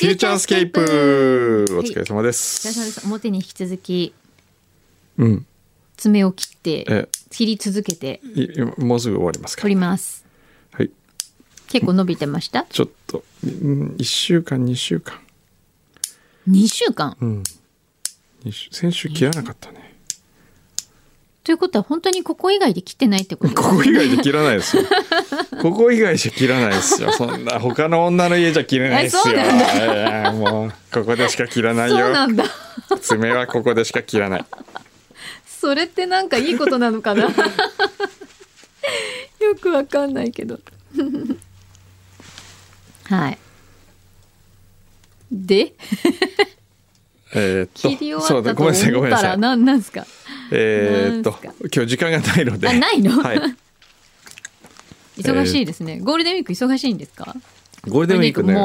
フューチャースケープ、お疲れ様でお疲れす。 様です。表に引き続きうん、 爪を切って切り続けてもうすぐ終わりますか。 取ります。 はい。 結構伸びてました。 ちょっと、1週間2週間。 2週間、 うん。先週切らなかったね。 ということは本当にここ以外で切ってないってことですね。 ここ以外で切らないですよ。ここ以外じゃ切らないですよ。そんな他の女の家じゃ切れないですよ。 そうなんだ。 もうここでしか切らないよ。 そうなんだ。 爪はここでしか切らない。 それってなんかいいことなのかな。よくわかんないけど。はい。で、切り終わったと思ったらなんですか。 今日時間がないので。 あ、ないの。 はい。 忙しいですね。ゴールデンウィーク忙しいんですか。 ゴールデンウィークね、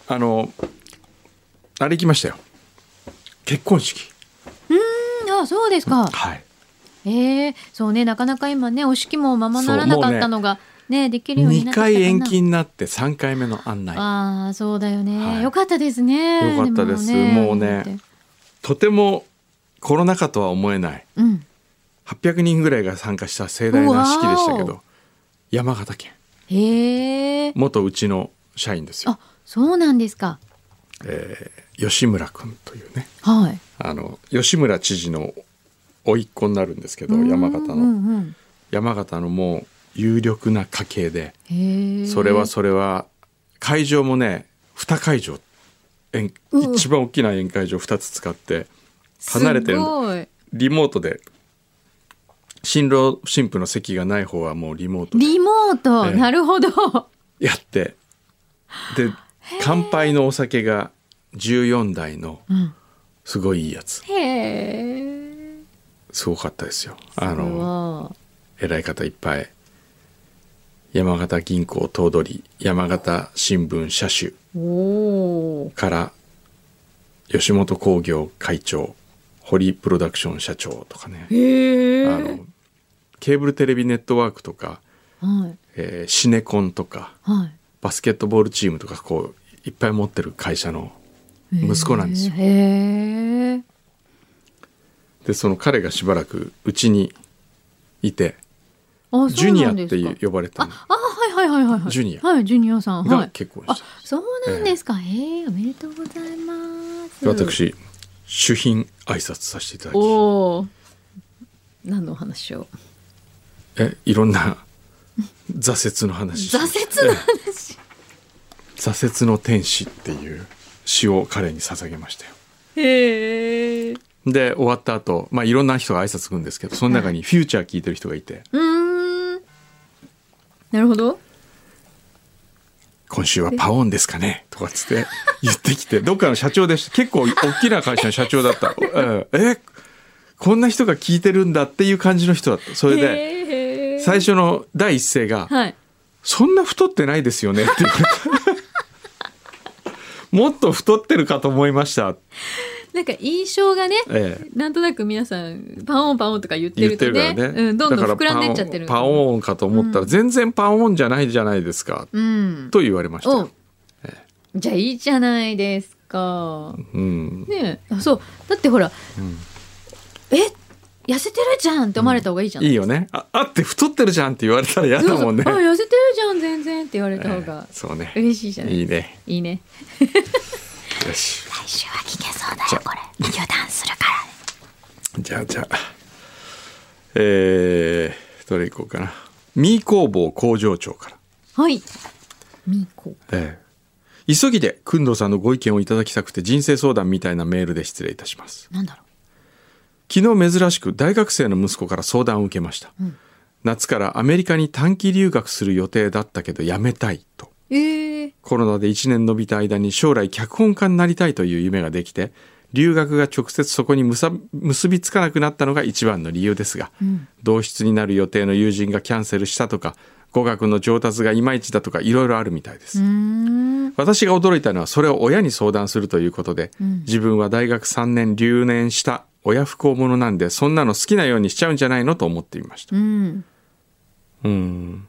あれ行きましたよ。結婚式。 あ、そうですか。 はい。 そうね、なかなか今ね、お式もままならなかったのがね、できるようになってきたかな。 2回延期になって3回目の案内。 ああ、そうだよね、 はい、 よかったですね。 よかったです。もうね、とてもコロナ禍とは思えない、800人ぐらいが参加した盛大な式でしたけど、山形県。元うちの社員ですよ。 あ、そうなんですか。 吉村君というね、 はい、 吉村知事の甥っ子になるんですけど、山形のもう有力な家系で、それは会場もね、2会場、一番大きな宴会場2つ使って離れてるんで、リモートで、新郎新婦の席がない方はもうリモート、 なるほどやって、で乾杯のお酒が14台のすごいいいやつ、すごかったですよ。偉い方いっぱい、山形銀行頭取、山形新聞社主から吉本興業会長、堀プロダクション社長とかね、ケーブルテレビネットワークとか、シネコンとか、バスケットボールチームとか、こういっぱい持ってる会社の息子なんですよ。でその彼がしばらくうちにいて、ジュニアって呼ばれたの。ジュニア、 ジュニアさんが結婚した。 そうなんですか。おめでとうございます。 私主賓挨拶させていただき、 何のお話を。 いろんな挫折の話。挫折の天使っていう詩を彼に捧げましたよ。で終わった後、いろんな人が挨拶来るんですけど、その中にフューチャー聞いてる人がいて、 なるほど。 今週はパオンですかねとかつって言ってきて、どっかの社長でした。結構大きな会社の社長だった。こんな人が聞いてるんだっていう感じの人だった。それで最初の第一声が、そんな太ってないですよねって言われた。もっと太ってるかと思いました。 なんか印象がね、なんとなく皆さんパオンパオンとか言ってるとね、どんどん膨らんでっちゃってる。 パオンかと思ったら、全然パオンじゃないじゃないですか、と言われました。 じゃあいいじゃないですか。ね、そうだってほら、痩せてるじゃんって思われた方がいいじゃん。 いいよね。って太ってるじゃんって言われたら嫌だもんね。 痩せてるじゃん全然って言われた方が、 そうね、 嬉しいじゃない。 いいね、いいね。よし。 来週は聞けそうだよこれ。油断するからね。 じゃあどれいこうかな。ミー工房工場長から。 はい。ミー工。 急ぎで工藤さんのご意見をいただきたくて、人生相談みたいなメールで失礼いたします。 なんだろう。 昨日珍しく大学生の息子から相談を受けました。夏からアメリカに短期留学する予定だったけどやめたいと。コロナで1年延びた間に将来脚本家になりたいという夢ができて、留学が直接そこに結びつかなくなったのが一番の理由ですが、同室になる予定の友人がキャンセルしたとか、語学の上達がいまいちだとか、いろいろあるみたいです。私が驚いたのは、それを親に相談するということで、自分は大学3年留年した親不孝者なんで、そんなの好きなようにしちゃうんじゃないのと思っていました。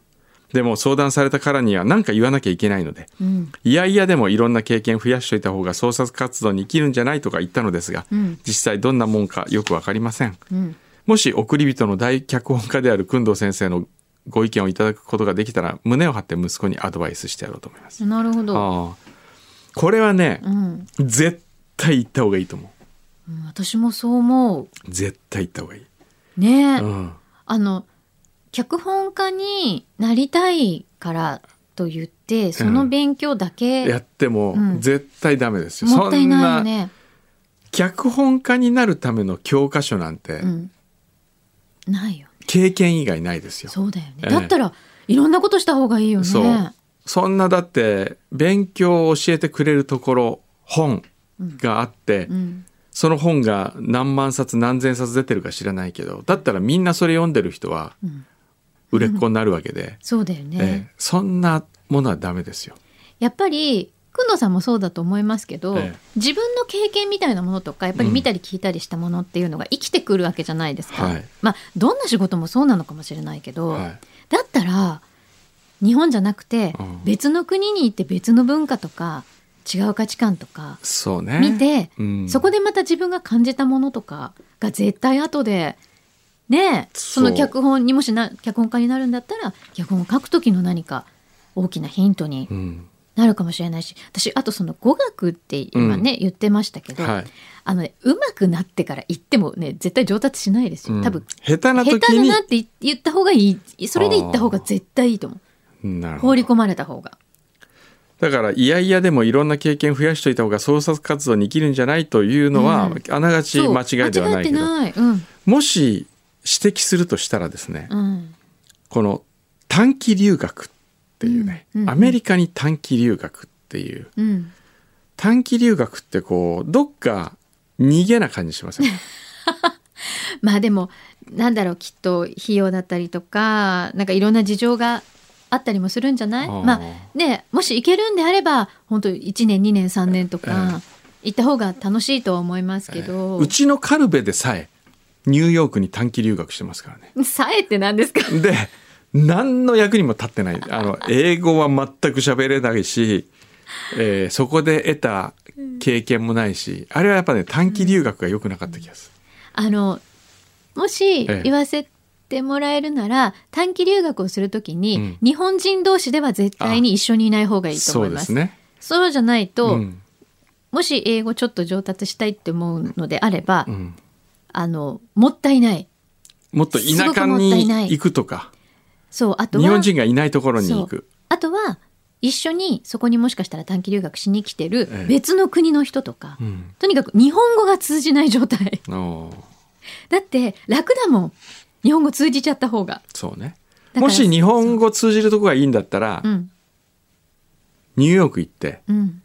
でも相談されたからには何か言わなきゃいけないので、いやいやでもいろんな経験増やしといた方が創作活動に生きるんじゃないとか言ったのですが、実際どんなもんかよくわかりません。もし送り人の大脚本家である工藤先生のご意見をいただくことができたら、胸を張って息子にアドバイスしてやろうと思います。 なるほど。 これはね、絶対言った方がいいと思う。 私もそう思う。 絶対言った方がいいね。脚本家になりたいからと言ってその勉強だけ、 やっても絶対ダメですよ。 もったいないよね。 脚本家になるための教科書なんて、 ないよね。 経験以外ないですよ。 そうだよね。だったらいろんなことした方がいいよね。 そんなだって勉強を教えてくれるところ本があって、その本が何万冊何千冊出てるか知らないけど、だったらみんなそれ読んでる人は売れっ子になるわけで、 そうだよね。 そんなものはダメですよ。 やっぱり工藤さんもそうだと思いますけど、自分の経験みたいなものとかやっぱり見たり聞いたりしたものっていうのが生きてくるわけじゃないですか。どんな仕事もそうなのかもしれないけど、だったら日本じゃなくて別の国に行って別の文化とか違う価値観とか見て、そこでまた自分が感じたものとかが絶対後でね、その脚本にもし脚本家になるんだったら脚本を書く時の何か大きなヒントになるかもしれないし、私あとその語学って今ね、言ってましたけど、うまくなってから言ってもね絶対上達しないですよ。多分下手な時に下手だなって言った方がいい。それで言った方が絶対いいと思う。放り込まれた方が。 だからいやいやでもいろんな経験増やしといた方が創作活動に生きるんじゃないというのは、あながち間違いではないけど、もし指摘するとしたらですね、この短期留学っていうね、アメリカに短期留学っていう、短期留学ってこうどっか逃げな感じしません？ まあでもなんだろう、きっと費用だったりとかなんかいろんな事情があったりもするんじゃない？もし行けるんであれば本当1年2年3年とか行った方が楽しいとは思いますけど、 うちのカルベでさえニューヨークに短期留学してますからね。 さえって何ですか？ で何の役にも立ってない。英語は全く喋れないし、そこで得た経験もないし、あれはやっぱね短期留学が良くなかった気がする。 もし言わせてもらえるなら、短期留学をするときに、日本人同士では絶対に一緒にいない方がいいと思います。そうですね。そうじゃないと、もし英語ちょっと上達したいって思うのであれば、もったいない。 もっと田舎に行くとか、 あとは日本人がいないところに行く。あとは一緒にそこにもしかしたら短期留学しに来てる別の国の人とか、とにかく日本語が通じない状態。だって楽だもん、日本語通じちゃった方が。 そうね。もし日本語通じるとこがいいんだったら、ニューヨーク行って、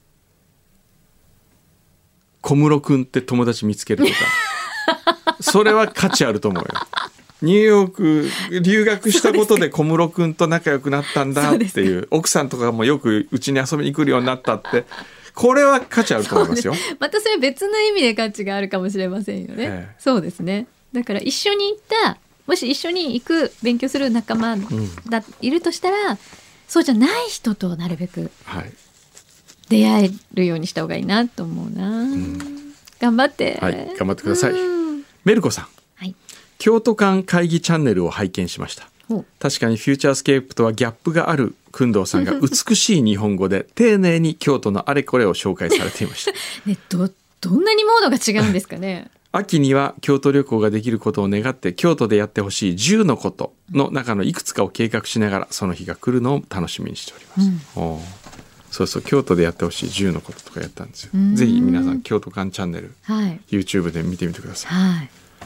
小室くんって友達見つけるとかそれは価値あると思うよ。ニューヨーク留学したことで小室くんと仲良くなったんだっていう、奥さんとかもよくうちに遊びに来るようになったって、これは価値あると思いますよ。 またそれ別の意味で価値があるかもしれませんよね。そうですね。だから一緒に行った、もし一緒に行く勉強する仲間がいるとしたら、そうじゃない人となるべく出会えるようにした方がいいなと思うな。頑張って、 頑張ってください。メルコさん、京都間会議チャンネルを拝見しました。確かにフューチャースケープとはギャップがある工藤さんが美しい日本語で丁寧に京都のあれこれを紹介されていました。 どんなにモードが違うんですかね。 秋には京都旅行ができることを願って京都でやってほしい10のことの中のいくつかを計画しながらその日が来るのを楽しみにしております。そう京都でやってほしい10のこととかやったんですよ。ぜひ皆さん京都間チャンネル、YouTube で見てみてください。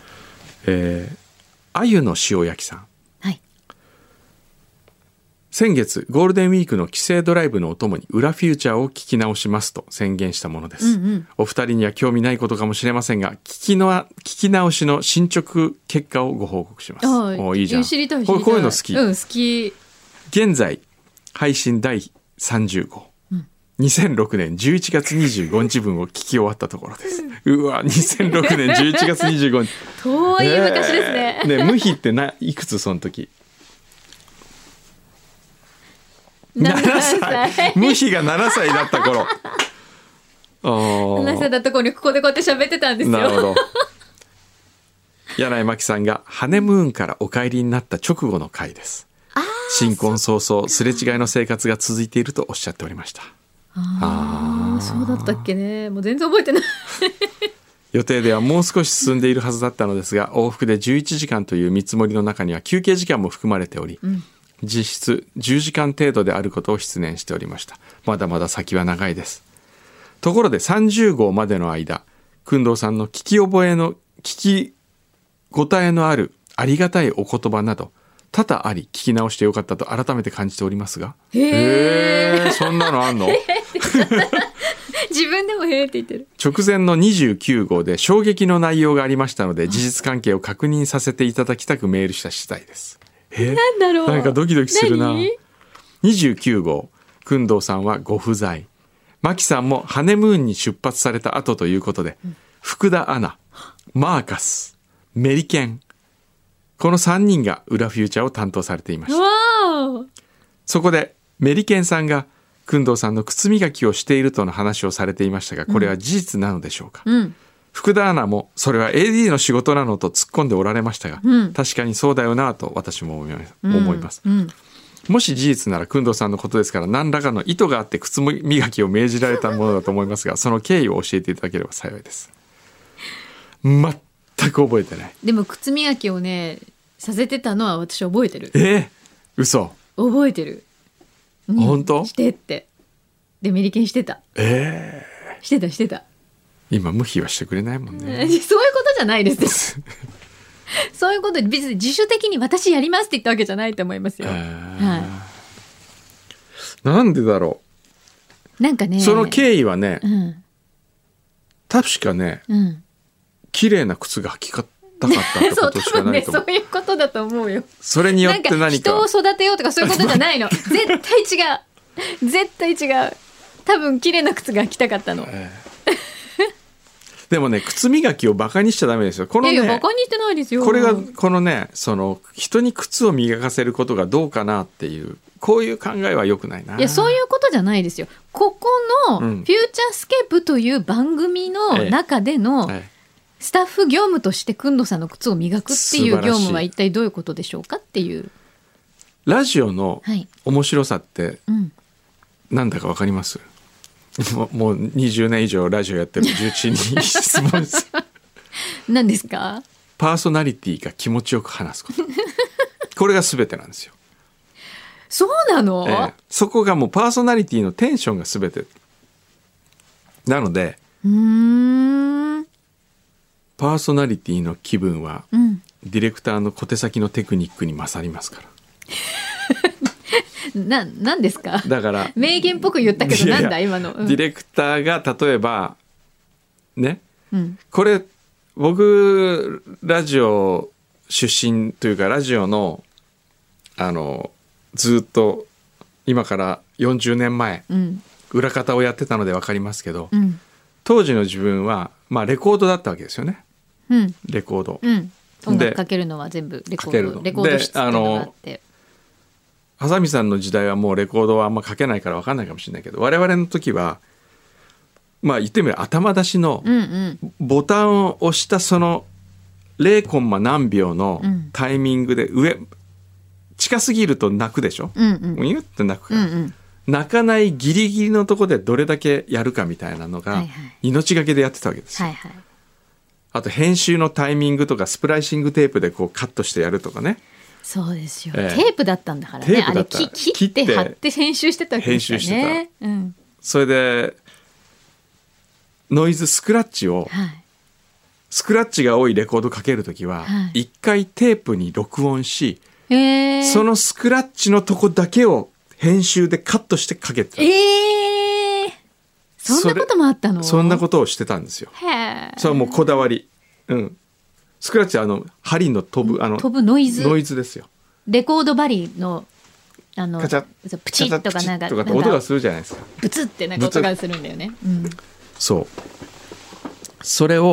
あゆの塩焼きさん、先月ゴールデンウィークの帰省ドライブのお供に裏フューチャーを聞き直しますと宣言したものです。お二人には興味ないことかもしれませんが聞き直しの進捗結果をご報告します。いいじゃん。 知りたい。 こういうの好き。 好き。 現在配信第30号、2006年11月25日分を聞き終わったところです。うわ、2006年11月25日。 遠い昔ですね。 無比っていくつその時？ 7歳無比が7歳だった頃 7歳だった頃にここでこうやって喋ってたんですよ。 なるほど。柳井真紀さんがハネムーンからお帰りになった直後の回です。新婚早々すれ違いの生活が続いているとおっしゃっておりました。 そうだったっけね。もう全然覚えてない予定ではもう少し進んでいるはずだったのですが、往復で11時間という見積もりの中には休憩時間も含まれており、実質10時間程度であることを失念しておりました。まだまだ先は長いです。ところで30号までの間、工藤さんの聞き応えのあるありがたいお言葉など多々あり、聞き直してよかったと改めて感じておりますが。そんなのあんの自分でもへーって言ってる。 直前の29号で衝撃の内容がありましたので、事実関係を確認させていただきたくメールした次第です。 なんだろう。 なんかドキドキするな。29号、工藤さんはご不在、マキさんもハネムーンに出発された後ということで、福田アナ、マーカス、メリケン、この3人が裏フューチャーを担当されていました。そこでメリケンさんが工藤さんの靴磨きをしているとの話をされていましたが、これは事実なのでしょうか。福田アナもそれは AD の仕事なのと突っ込んでおられましたが、確かにそうだよなと私も思います。もし事実なら工藤さんのことですから、何らかの意図があって靴磨きを命じられたものだと思いますが、その経緯を教えていただければ幸いです。全く覚えてない。 でも靴磨きをねさせてたのは私覚えてる。 嘘。 覚えてる。 本当？ してってでメリケンしてた。してた。 今無比はしてくれないもんね。 そういうことじゃないですそういうことで別に自主的に私やりますって言ったわけじゃないと思いますよ。 なんでだろう。なんかね、 その経緯はね、確かね、綺麗な靴が履きたかったってことしかないと思う。 そういうことだと思うよ。 それによって何か人を育てようとかそういうことじゃないの。絶対違う。多分綺麗な靴が履きたかったの。 でもね、靴磨きをバカにしちゃダメですよ。このね、 バカにしてないですよ。 これがこのね、その人に靴を磨かせることがどうかなっていう、こういう考えは良くないな。 いや、そういうことじゃないですよ。ここのフューチャースケープという番組の中でのスタッフ業務として工藤さんの靴を磨くっていう業務は一体どういうことでしょうかっていう。 ラジオの面白さってなんだかわかります？もう20年以上ラジオやってる重鎮に質問です。 何ですか？ パーソナリティが気持ちよく話すこと。これが全てなんですよ。 そうなの？ そこがもうパーソナリティのテンションが全てなので、パーソナリティの気分は、ディレクターの小手先のテクニックに勝りますから。 何ですか？ だから名言っぽく言ったけどなんだ今の、 ディレクターが例えばね、これ僕ラジオ出身というかラジオのずっと今から40年前、裏方をやってたので分かりますけど、当時の自分はまあレコードだったわけですよね。レコード、 音楽かけるのは全部レコード室っていうのがあって、 ハサミさんの時代はもうレコードはあんまかけないから分かんないかもしれないけど、我々の時はまあ言ってみれば頭出しのボタンを押したその 0. コンマ何秒のタイミングで近すぎると泣くでしょ、言って泣くから、泣かないギリギリのとこでどれだけやるかみたいなのが命がけでやってたわけですよ。あと編集のタイミングとかスプライシングテープでこうカットしてやるとかね。 そうですよ、テープだったんだからね。あれ切って貼って編集してたわけですよね。 それでノイズスクラッチを、スクラッチが多いレコードかけるときは一回テープに録音し、そのスクラッチのとこだけを編集でカットしてかけてた。 そんなこともあったの？ そんなことをしてたんですよ。それはもうこだわり。スクラッチは針の飛ぶノイズですよ。 レコード針のカチャップチッとかなんか音がするじゃないですか。 ブツってなんか音がするんだよね。 そうそれ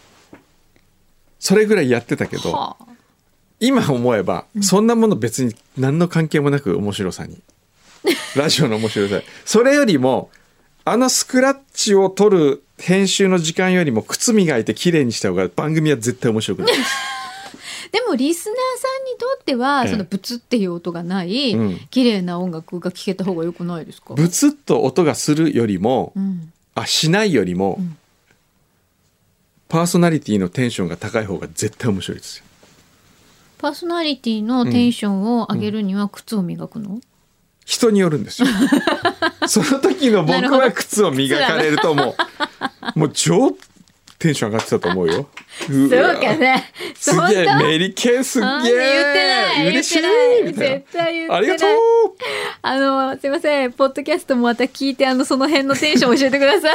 ぐらいやってたけど、今思えばそんなもの別に何の関係もなく面白さにラジオの面白さ。それよりもスクラッチを取る編集の時間よりも靴磨いて綺麗にした方が番組は絶対面白くなる。 でもリスナーさんにとっては、そのブツっていう音がない、綺麗な音楽が聴けた方が良くないですか？ ブツッと音がするよりも、しないよりも、パーソナリティのテンションが高い方が絶対面白いですよ。 パーソナリティのテンションを上げるには靴を磨くの？ 人によるんですよ。その時の僕は靴を磨かれるともう超テンション上がってたと思うよ。 そうかね。 すげえメリケンすげえ。 言ってない。 嬉しいみたいな。 絶対言ってない。 ありがとう。すいません。ポッドキャストもまた聞いてその辺のテンション教えてくださ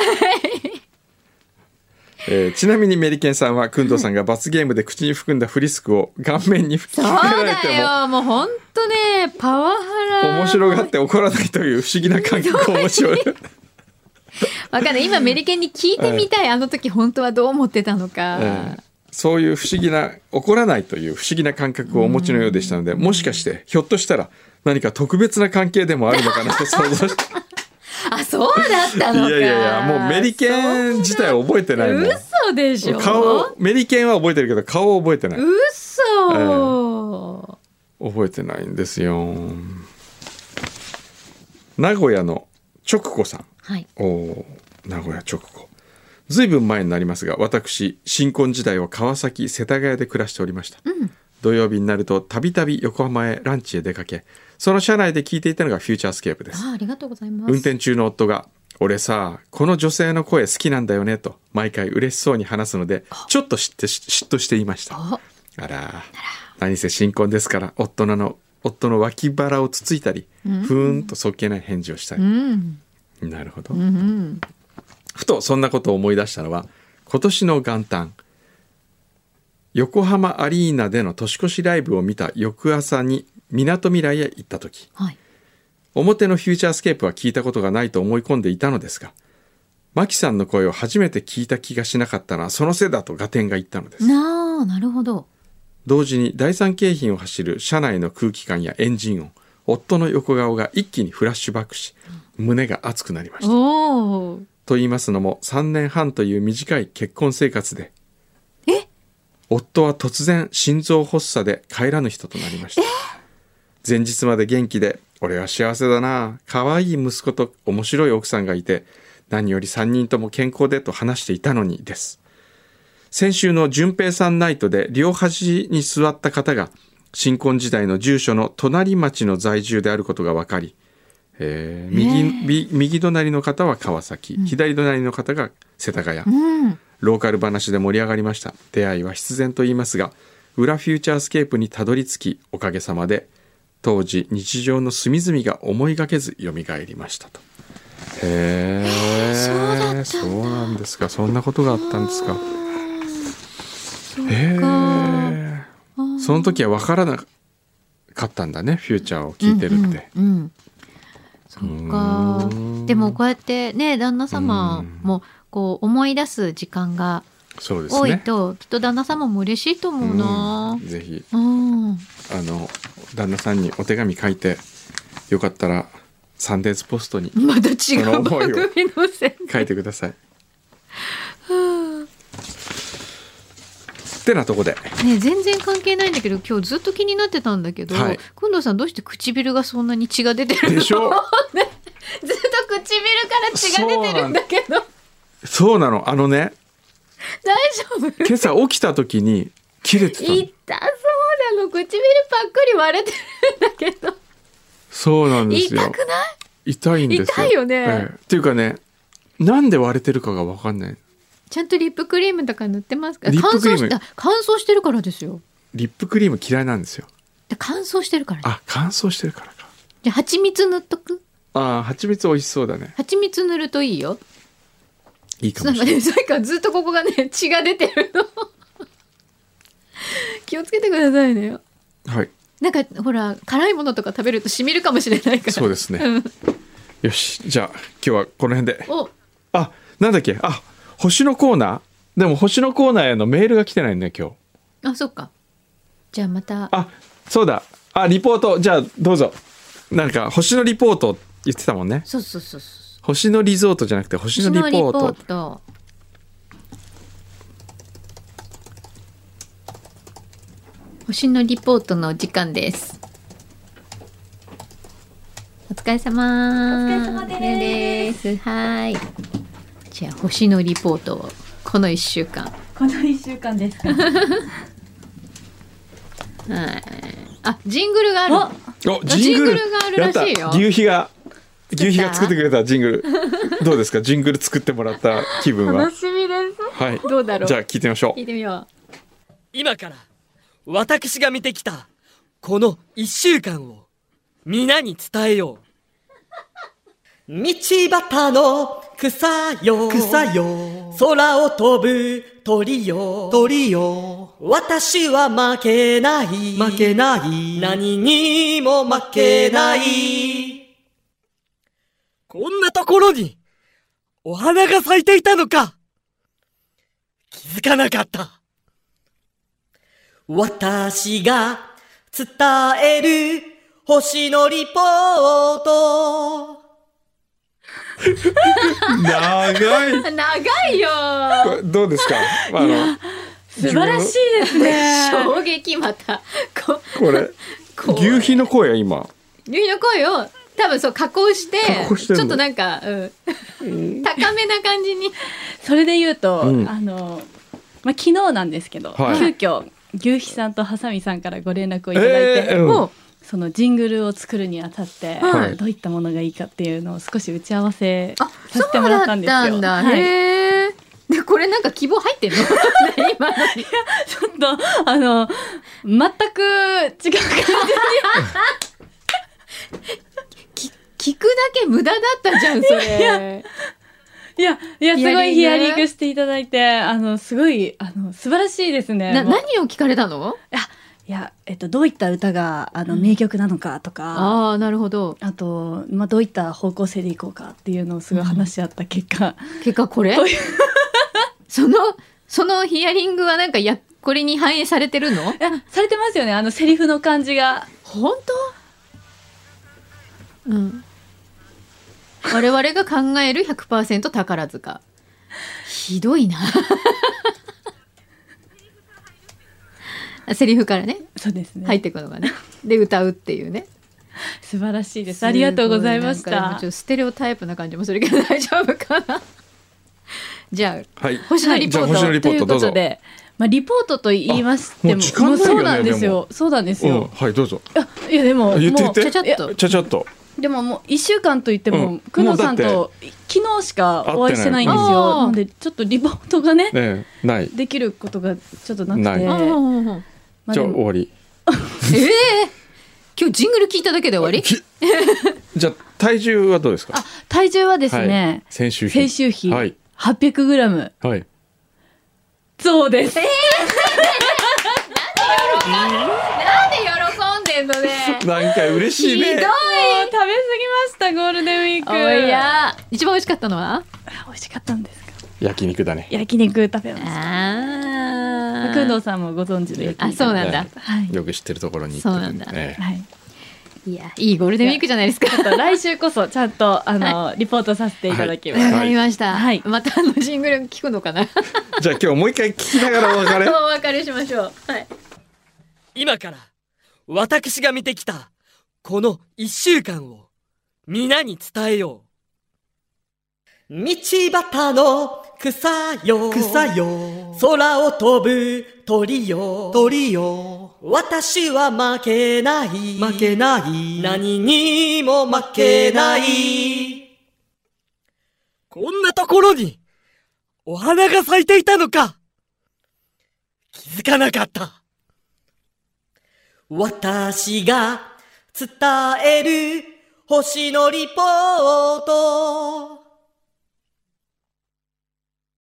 い。 ちなみにメリケンさんは工藤さんが罰ゲームで口に含んだフリスクを顔面に吹きかけられても、 そうだよ、もう本当ね、パワハラ面白がって怒らないという不思議な感覚面白い。 わかんない。今メリケンに聞いてみたい、あの時本当はどう思ってたのか、 そういう不思議な、怒らないという不思議な感覚をお持ちのようでしたので、もしかしてひょっとしたら何か特別な関係でもあるのかなと想像してあ、そうだったのか。 いやもうメリケン自体は覚えてないもん。 嘘でしょ。 メリケンは覚えてるけど顔は覚えてない。 嘘、 覚えてないんですよ。名古屋の直子さん、 はい、 名古屋直子、ずいぶん前になりますが、私新婚時代は川崎世田谷で暮らしておりました、土曜日になるとたびたび横浜へランチへ出かけ、その車内で聞いていたのがフューチャースケープです。 ありがとうございます。 運転中の夫が、俺さこの女性の声好きなんだよねと毎回嬉しそうに話すので、ちょっと嫉妬していました。あら、何せ新婚ですから、夫の脇腹をつついたり、ふーんとそっけない返事をしたり、なるほど、ふとそんなことを思い出したのは、今年の元旦横浜アリーナでの年越しライブを見た翌朝にみなとみらいへ行った時、表のフューチャースケープは聞いたことがないと思い込んでいたのですが、マキさんの声を初めて聞いた気がしなかったのはそのせいだと合点が言ったのです。 なるほど。 同時に第三京浜を走る車内の空気感やエンジン音、夫の横顔が一気にフラッシュバックし、胸が熱くなりました。と言いますのも、3年半という短い結婚生活で夫は突然心臓発作で帰らぬ人となりました。前日まで元気で、俺は幸せだな、可愛い息子と面白い奥さんがいて、何より3人とも健康でと話していたのにです。先週の純平さんナイトで両端に座った方が新婚時代の住所の隣町の在住であることが分かり、右隣の方は川崎、左隣の方が世田谷、ローカル話で盛り上がりました。出会いは必然と言いますが、裏フューチャースケープにたどり着き、おかげさまで当時日常の隅々が思いがけず蘇りましたと。そうなんですか。そんなことがあったんですか。その時は分からなかったんだね、フューチャーを聞いてるって。 そうか。でもこうやってね、旦那様もこう思い出す時間が多いと、きっと旦那様も嬉しいと思うな。 ぜひ旦那さんにお手紙書いて、よかったらサンデーズポストにまた違う番組の書いてください。ってなとこで、 ね、全然関係ないんだけど、今日ずっと気になってたんだけど、工藤さんどうして唇がそんなに血が出てるの？でしょずっと唇から血が出てるんだけど。 そうなの。大丈夫？ 今朝起きた時に切れてたの。 痛そうなの。唇パックリ割れてるんだけど。 そうなんですよ。 痛くない？ 痛いんですよ。 痛いよね。 っていうかね、なんで割れてるかが分かんない。 ちゃんとリップクリームとか塗ってますか？乾燥してるからですよ。 リップクリーム嫌いなんですよ。 乾燥してるから、ね。 乾燥してるからか。 じゃあ蜂蜜塗っとく？ 蜂蜜美味しそうだね。 蜂蜜塗るといいよ。 いいかもしれない。 さっきからずっとここがね、血が出てるの。気をつけてくださいね。 はい。 なんかほら、辛いものとか食べるとしみるかもしれないから。 そうですね。よし、じゃあ今日はこの辺で。なんだっけ、星のコーナー。でも星のコーナーへのメールが来てないんだよ今日。 そっか。じゃあまた。 そうだ。リポート、じゃあどうぞ。 なんか星野リポート言ってたもんね。 そうそうそうそう。 星野リゾートじゃなくて星野リポート。 星野リポートのお時間です。お疲れ様。 お疲れ様です。 はい。じゃあ星野リポートをこの1週間。 この1週間ですか。はい。 あ、ジングルがある。 ジングルがあるらしいよ。 牛皮が作ってくれたジングル。どうですか、ジングル作ってもらった気分は。 楽しみです。 はい。 どうだろう。 じゃあ聞いてみましょう。 聞いてみよう。 今から私が見てきたこの1週間を皆に伝えよう。道端の草よ空を飛ぶ鳥よ私は負けない何にも負けない。こんなところにお花が咲いていたのか。気づかなかった。私が伝える星野リポート。 長いよ。 どうですか。 素晴らしいですね。 衝撃また。 これ牛皮の声今。 牛皮の声を多分そう加工してちょっとなんか、高めな感じに。 それで言うと、昨日なんですけど、急遽牛皮さんとハサミさんからご連絡をいただいて、そのジングルを作るにあたって、どういったものがいいかっていうのを少し打ち合わせさせてもらったんですよ。 そうだったんだ。へー。でこれなんか希望入ってんの？今の。いやちょっと全く違う感じに聞くだけ無駄だったじゃんそれ。 いやすごいヒアリングしていただいてすごい素晴らしいですね。 何を聞かれたの？ いやどういった歌が名曲なのかとか、 あ、なるほど。 あと、どういった方向性でいこうかっていうのをすごい話し合った結果、 これそのヒアリングはなんかこれに反映されてるの？ いやされてますよね。セリフの感じが。 本当？うん。我々が考える 100% 宝塚。ひどいな。セリフからね。 そうですね。 入ってくのがね。で歌うっていうね。 素晴らしいです。ありがとうございました。 ちょっとステレオタイプな感じもするけど大丈夫かな。じゃあ、星野リポートということで、リポートと言いましても、そうなんですよ。そうなんですよ。 はい、どうぞ。 いやでも言ってちゃちゃっと。 でももう1週間といっても、久野さんと昨日しかお会いしてないんですよ。なのでちょっとリポートがね、 ないできることがちょっとなくて、 じゃあ終わり。 今日ジングル聞いただけで終わり？ じゃあ体重はどうですか？ 体重はですね、 先週比 800g。 はい。 そうです。 なんで喜んでんのね。 なんか嬉しいね。 ひどい。 食べ過ぎましたゴールデンウィーク。 いや一番美味しかったのは？ 美味しかったんですか？ 焼肉だね。 焼肉食べました。工藤さんもご存知で。 そうなんだ。 よく知ってるところに行って。 そうなんだ。いやいいゴールデンウィークじゃないですか。 来週こそちゃんとリポートさせていただきます。 わかりました。またジングル聞くのかな。 じゃあ今日もう一回聞きながらお別れ。 お別れしましょう。はい。 今から私が見てきたこの1週間を皆に伝えよう。道端の草よ空を飛ぶ鳥よ私は負けない何にも負けない。こんなところにお花が咲いていたのか。気づかなかった。私が伝える星野リポート。